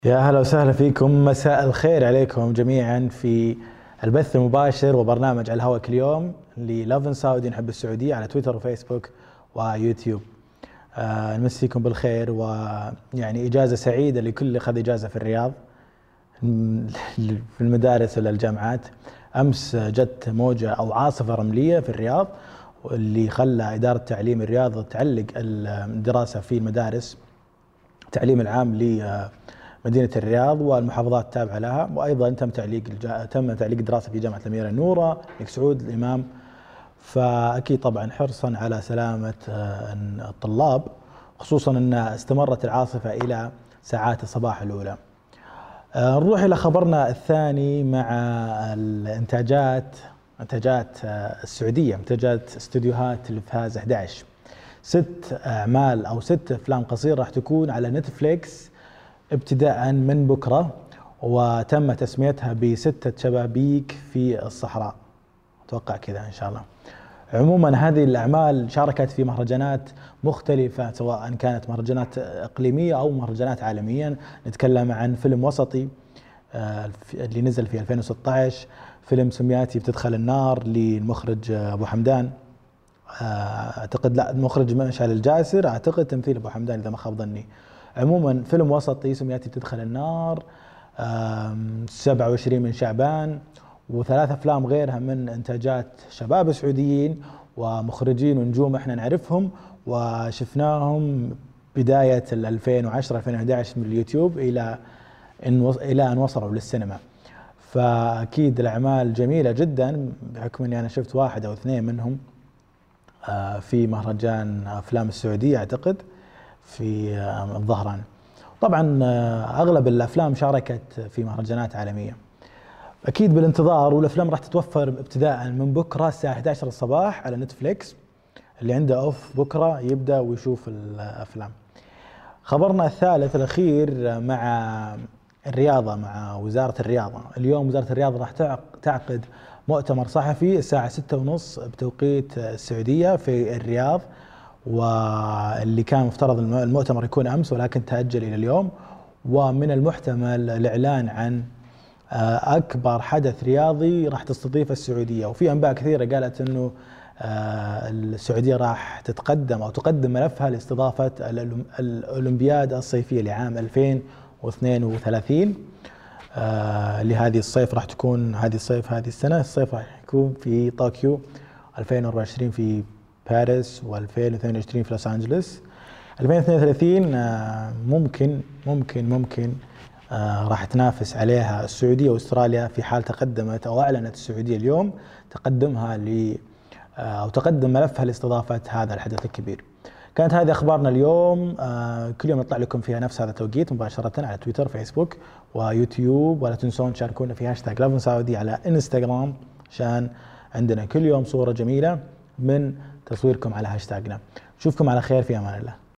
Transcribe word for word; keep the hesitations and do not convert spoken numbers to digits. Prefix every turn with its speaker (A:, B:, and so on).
A: يا أهلا وسهلا فيكم، مساء الخير عليكم جميعا في البث المباشر وبرنامج على الهواء كل يوم للافن سعودي نحب السعودية على تويتر وفيسبوك ويوتيوب. آه نمسيكم بالخير، ويعني إجازة سعيدة لكل اللي أخذ إجازة في الرياض في المدارس ولا الجامعات. أمس جت موجة أو عاصفة رملية في الرياض، واللي خلى إدارة تعليم الرياض تعلق الدراسة في المدارس، التعليم العام لمدينة الرياض والمحافظات التابعة لها. وأيضا تم تعليق تم تعليق الدراسة في جامعة الأميرة نورة، الملك سعود، الإمام. فأكيد طبعا حرصا على سلامة الطلاب، خصوصا أن استمرت العاصفة إلى ساعات الصباح الأولى. نروح إلى خبرنا الثاني مع الإنتاجات إنتاجات السعودية، إنتاجات استديوهات تلفاز أحد عشر. ست أعمال أو ست أفلام قصيرة راح تكون على نتفليكس ابتداء من بكرة، وتم تسميتها بستة شبابيك في الصحراء، أتوقع كذا إن شاء الله. عموما هذه الأعمال شاركت في مهرجانات مختلفة، سواء كانت مهرجانات إقليمية أو مهرجانات عالمية. نتكلم عن فيلم وسطي اللي نزل في ألفين وستة عشر، فيلم سمياتي بتدخل النار للمخرج أبو حمدان، اعتقد لا المخرج مشعل الجاسر، اعتقد تمثيل ابو حمدان اذا ما خاب ظني. عموما فيلم وسطي سمياتي بتدخل النار، سبعة وعشرين من شعبان، وثلاث افلام غيرها من انتاجات شباب سعوديين ومخرجين ونجوم احنا نعرفهم وشفناهم بدايه ألفين وعشرة ألفين وأحد عشر من اليوتيوب الى ان الى ان وصلوا للسينما. فاكيد الاعمال جميله جدا، بحكم اني انا شفت واحد او اثنين منهم في مهرجان أفلام السعودية أعتقد في الظهران. طبعا أغلب الأفلام شاركت في مهرجانات عالمية. أكيد بالانتظار، والأفلام راح تتوفر ابتداء من بكرة الساعة أحد عشر الصباح على نتفليكس. اللي عنده أوف بكرة يبدأ ويشوف الأفلام. خبرنا الثالث الأخير مع الرياضة، مع وزارة الرياضة. اليوم وزارة الرياضة راح تعقد مؤتمر صحفي الساعة ستة ونص بتوقيت السعودية في الرياض، واللي كان مفترض المؤتمر يكون أمس ولكن تأجل إلى اليوم. ومن المحتمل الإعلان عن أكبر حدث رياضي راح تستضيف السعودية. وفي أنباء كثيرة قالت أنه السعودية راح تتقدم أو تقدم ملفها لاستضافة الأولمبياد الصيفية لعام ألفين واثنين وثلاثين. آه لهذه الصيف راح تكون هذه الصيف هذه السنة الصيف راح يكون في طوكيو، ألفين وأربعة وعشرين في باريس، وألفين واثنين وعشرين في لوس أنجلوس. ألفين واثنين وثلاثين آه ممكن ممكن ممكن آه راح تنافس عليها السعودية وأستراليا، في حال تقدمت أو أعلنت السعودية اليوم تقدمها ل آه أو تقدم ملفها لاستضافة هذا الحدث الكبير. كانت هذه أخبارنا اليوم. آه كل يوم نطلع لكم فيها نفس هذا التوقيت مباشرة على تويتر فيسبوك ويوتيوب. ولا تنسون تشاركونا في هاشتاج لافن سعودي على انستغرام، عشان عندنا كل يوم صورة جميلة من تصويركم على هاشتاجنا. نشوفكم على خير، في أمان الله.